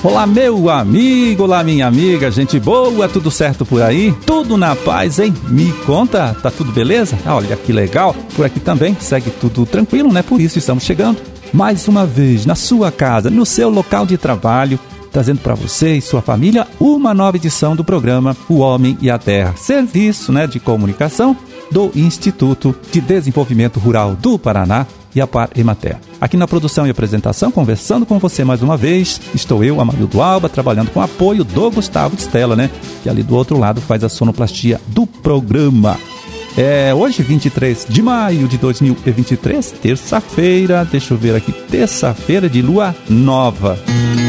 Olá, meu amigo, olá, minha amiga, gente boa, tudo certo por aí? Tudo na paz, hein? Me conta, tá tudo beleza? Olha que legal, por aqui também segue tudo tranquilo, né? Por isso estamos chegando mais uma vez na sua casa, no seu local de trabalho, trazendo para você e sua família uma nova edição do programa O Homem e a Terra, serviço, né, de comunicação do Instituto de Desenvolvimento Rural do Paraná e a Par Emater. Aqui na produção e apresentação, conversando com você mais uma vez, estou eu, Amarildo Alba, trabalhando com apoio do Gustavo Stella, né, que ali do outro lado faz a sonoplastia do programa. Hoje, 23 de maio de 2023, terça-feira, deixa eu ver aqui, terça-feira de lua nova.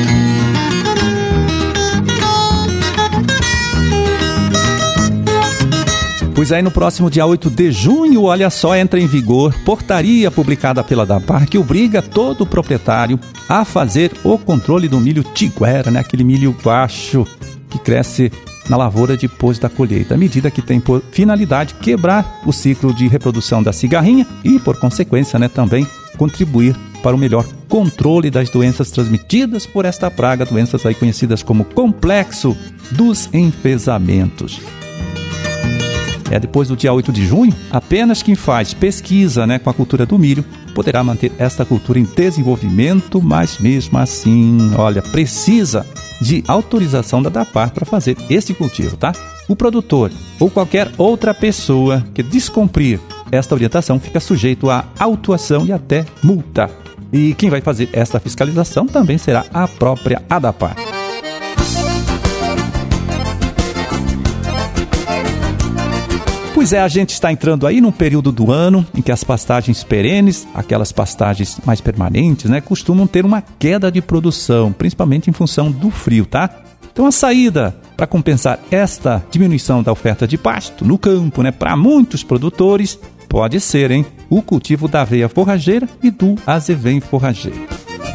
Pois aí no próximo dia 8 de junho, olha só, entra em vigor portaria publicada pela DAPAR que obriga todo proprietário a fazer o controle do milho tiguera, né? Aquele milho baixo que cresce na lavoura depois da colheita. A medida que tem por finalidade quebrar o ciclo de reprodução da cigarrinha e, por consequência, né, também contribuir para o melhor controle das doenças transmitidas por esta praga, doenças aí conhecidas como complexo dos enfesamentos. Depois do dia 8 de junho, apenas quem faz pesquisa, né, com a cultura do milho poderá manter esta cultura em desenvolvimento, mas mesmo assim, olha, precisa de autorização da DAPAR para fazer esse cultivo, tá? O produtor ou qualquer outra pessoa que descumprir esta orientação fica sujeito a autuação e até multa. E quem vai fazer esta fiscalização também será a própria ADAPAR. Pois a gente está entrando aí num período do ano em que as pastagens perenes, aquelas pastagens mais permanentes, né, costumam ter uma queda de produção, principalmente em função do frio, tá? Então a saída para compensar esta diminuição da oferta de pasto no campo, né, para muitos produtores, pode ser, o cultivo da aveia forrageira e do azevém forrageiro.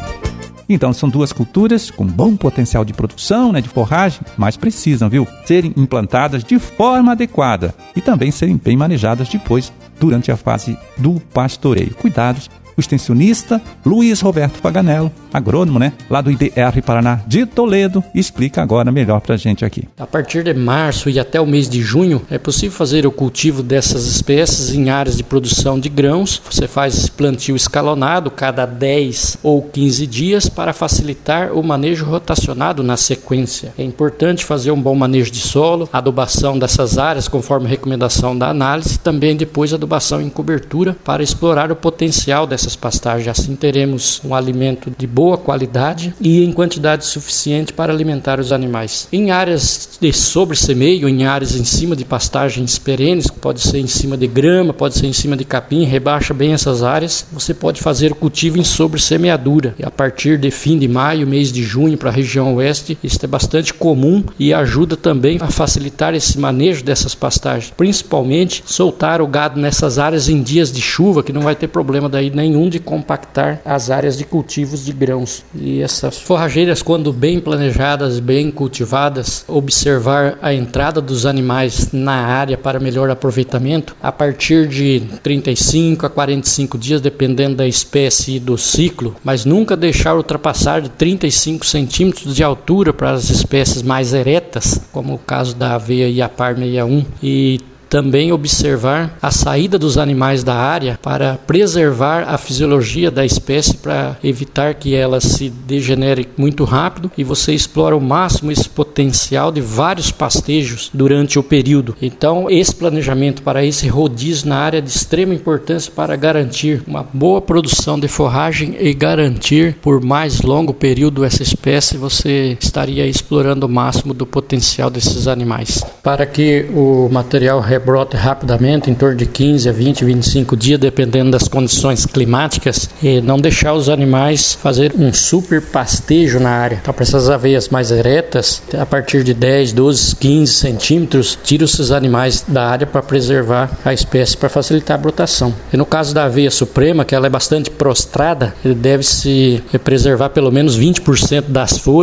Então, são duas culturas com bom potencial de produção, né, de forragem, mas precisam, serem implantadas de forma adequada e também serem bem manejadas depois, durante a fase do pastoreio. Cuidados. O extensionista Luiz Roberto Paganello, agrônomo, né, lá do IDR Paraná de Toledo, explica agora melhor pra gente aqui. A partir de março e até o mês de junho, é possível fazer o cultivo dessas espécies em áreas de produção de grãos. Você faz esse plantio escalonado cada 10 ou 15 dias para facilitar o manejo rotacionado na sequência. É importante fazer um bom manejo de solo, adubação dessas áreas conforme a recomendação da análise, e também depois adubação em cobertura para explorar o potencial dessas pastagens. Assim teremos um alimento de boa qualidade e em quantidade suficiente para alimentar os animais. Em áreas de sobre-semeio, em áreas em cima de pastagens perenes, pode ser em cima de grama, pode ser em cima de capim, rebaixa bem essas áreas, você pode fazer o cultivo em sobre-semeadura. E a partir de fim de maio, mês de junho para a região oeste, isso é bastante comum e ajuda também a facilitar esse manejo dessas pastagens, principalmente soltar o gado nessas áreas em dias de chuva, que não vai ter problema daí nenhum de compactar as áreas de cultivos de grãos. E essas forrageiras, quando bem planejadas, bem cultivadas, observar a entrada dos animais na área para melhor aproveitamento, a partir de 35 a 45 dias, dependendo da espécie e do ciclo, mas nunca deixar ultrapassar de 35 centímetros de altura para as espécies mais eretas, como o caso da aveia Iapar 61, e também observar a saída dos animais da área para preservar a fisiologia da espécie, para evitar que ela se degenere muito rápido, e você explora ao máximo esse potencial de vários pastejos durante o período. Então, esse planejamento para esse rodízio na área é de extrema importância para garantir uma boa produção de forragem e garantir por mais longo período essa espécie. Você estaria explorando o máximo do potencial desses animais. Para que o material rebrote rapidamente, em torno de 15 a 20, 25 dias, dependendo das condições climáticas, e não deixar os animais fazer um super pastejo na área. Então, para essas aveias mais eretas, a partir de 10, 12, 15 centímetros, tira esses animais da área para preservar a espécie, para facilitar a brotação. E no caso da aveia suprema, que ela é bastante prostrada, ele deve se preservar pelo menos 20% das folhas,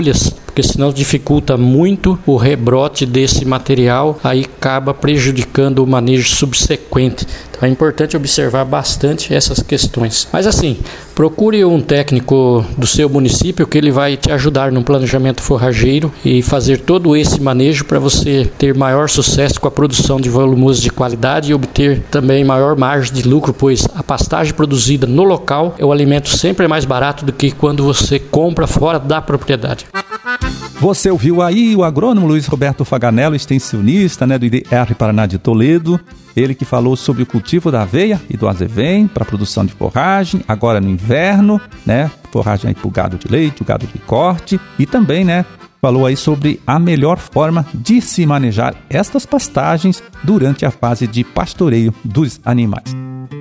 porque senão dificulta muito o rebrote desse material, aí acaba prejudicando o manejo subsequente. Então é importante observar bastante essas questões. Mas assim, procure um técnico do seu município que ele vai te ajudar no planejamento forrageiro e fazer todo esse manejo para você ter maior sucesso com a produção de volumoso de qualidade e obter também maior margem de lucro, pois a pastagem produzida no local, o alimento sempre é mais barato do que quando você compra fora da propriedade. Você ouviu aí o agrônomo Luiz Roberto Faganello, extensionista, do IDR Paraná de Toledo. Ele que falou sobre o cultivo da aveia e do azevém para a produção de forragem, agora no inverno, forragem aí para o gado de leite, o gado de corte, e também, falou aí sobre a melhor forma de se manejar estas pastagens durante a fase de pastoreio dos animais.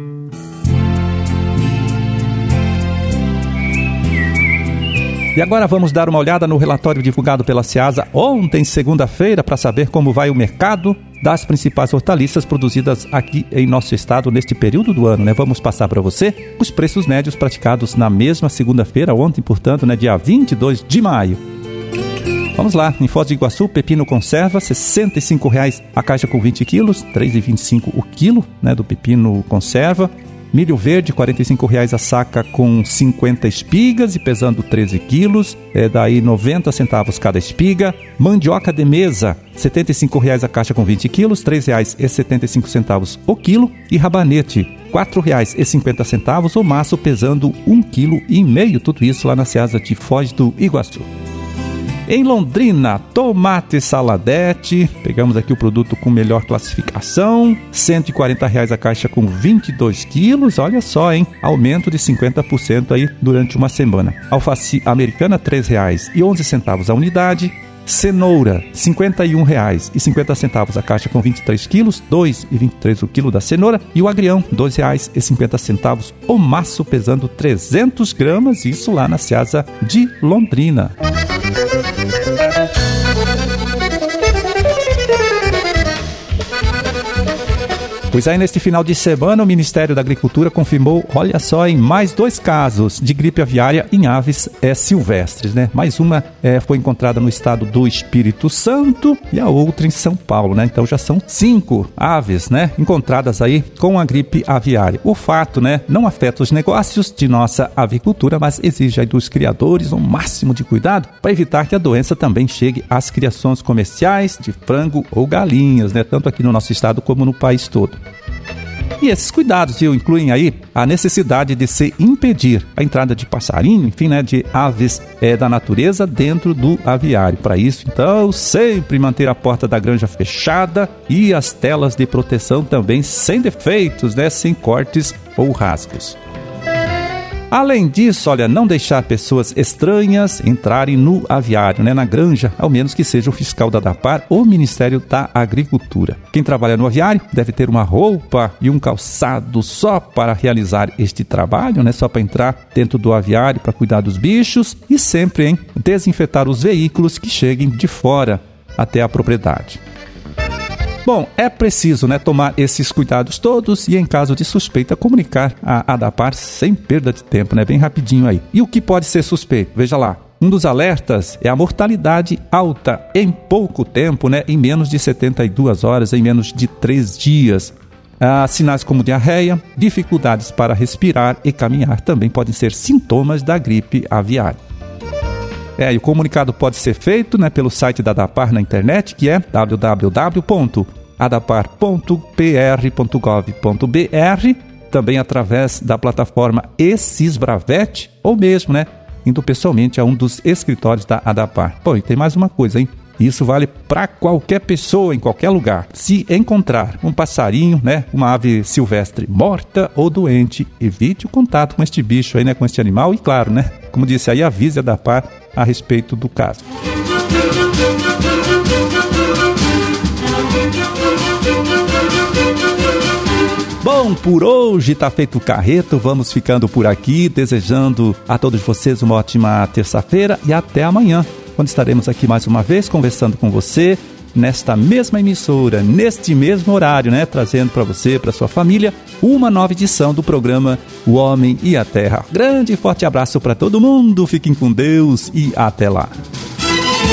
E agora vamos dar uma olhada no relatório divulgado pela Ceasa ontem, segunda-feira, para saber como vai o mercado das principais hortaliças produzidas aqui em nosso estado neste período do ano. Vamos passar para você os preços médios praticados na mesma segunda-feira, ontem, portanto, dia 22 de maio. Vamos lá, em Foz do Iguaçu, pepino conserva, R$ 65,00 a caixa com 20 quilos, R$ 3,25 o quilo do pepino conserva. Milho verde, R$ 45,00 a saca com 50 espigas e pesando 13 quilos, daí 90 centavos cada espiga. Mandioca de mesa, R$ 75,00 a caixa com 20 quilos, R$ 3,75 o quilo. E rabanete, R$ 4,50 o maço pesando 1,5 kg, tudo isso lá na Ceasa de Foz do Iguaçu. Em Londrina, tomate saladete, pegamos aqui o produto com melhor classificação, R$ 140,00 a caixa com 22 quilos, olha só, aumento de 50% aí durante uma semana. Alface americana, R$ 3,11 a unidade. Cenoura, R$ 51,50 a caixa com 23 quilos, R$ 2,23 o quilo da cenoura. E o agrião, R$ 2,50 o maço pesando 300 gramas, isso lá na Ceasa de Londrina. Pois aí, neste final de semana, o Ministério da Agricultura confirmou, olha só, mais 2 casos de gripe aviária em aves silvestres, Mais uma foi encontrada no estado do Espírito Santo e a outra em São Paulo, Então já são 5 aves, encontradas aí com a gripe aviária. O fato, não afeta os negócios de nossa avicultura, mas exige aí dos criadores um máximo de cuidado para evitar que a doença também chegue às criações comerciais de frango ou galinhas, tanto aqui no nosso estado como no país todo. E esses cuidados incluem aí a necessidade de se impedir a entrada de passarinho, enfim, de aves da natureza dentro do aviário. Para isso, então, sempre manter a porta da granja fechada e as telas de proteção também sem defeitos, sem cortes ou rasgos. Além disso, não deixar pessoas estranhas entrarem no aviário, na granja, ao menos que seja o fiscal da ADAPAR ou o Ministério da Agricultura. Quem trabalha no aviário deve ter uma roupa e um calçado só para realizar este trabalho, só para entrar dentro do aviário para cuidar dos bichos e sempre desinfetar os veículos que cheguem de fora até a propriedade. Bom, é preciso tomar esses cuidados todos e, em caso de suspeita, comunicar a ADAPAR sem perda de tempo, bem rapidinho aí. E o que pode ser suspeito? Veja lá. Um dos alertas é a mortalidade alta em pouco tempo, em menos de 72 horas, em menos de 3 dias. Sinais como diarreia, dificuldades para respirar e caminhar também podem ser sintomas da gripe aviária. E o comunicado pode ser feito pelo site da ADAPAR na internet, que é www.adapar.pr.gov.br, também através da plataforma eSisbravet, ou mesmo, indo pessoalmente a um dos escritórios da ADAPAR. Bom, e tem mais uma coisa, Isso vale para qualquer pessoa, em qualquer lugar. Se encontrar um passarinho, uma ave silvestre morta ou doente, evite o contato com este bicho aí, com este animal. E claro, como disse aí, avise a ADAPAR a respeito do caso. Bom, por hoje tá feito o carreto, vamos ficando por aqui, desejando a todos vocês uma ótima terça-feira e até amanhã, quando estaremos aqui mais uma vez conversando com você, nesta mesma emissora, neste mesmo horário, trazendo para você, para sua família, uma nova edição do programa O Homem e a Terra. Grande e forte abraço para todo mundo, fiquem com Deus e até lá.